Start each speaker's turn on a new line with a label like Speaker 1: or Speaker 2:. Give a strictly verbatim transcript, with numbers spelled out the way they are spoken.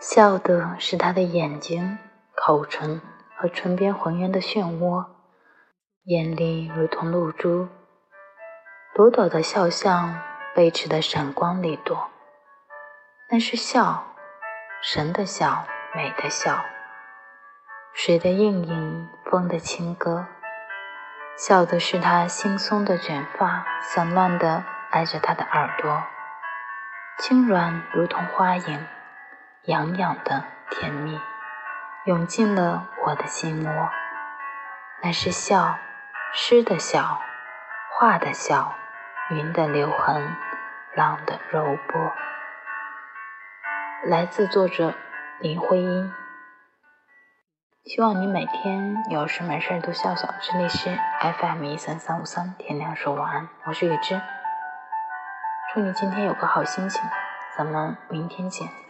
Speaker 1: 笑的是他的眼睛、口唇和唇边浑圆的漩涡，眼里如同露珠，朵朵的笑像贝齿的闪光里朵。那是笑，神的笑，美的笑，水的映影，风的轻歌。笑的是他惺忪的卷发，散乱地挨着他的耳朵，轻软如同花影，痒痒的甜蜜，涌进了我的心窝。那是笑，诗的笑，画的笑，云的留痕，浪的柔波。来自作者林徽因。希望你每天有事没事都笑笑。这里是 F M 一三三五三，天亮说晚安，我是雨之。祝你今天有个好心情，咱们明天见。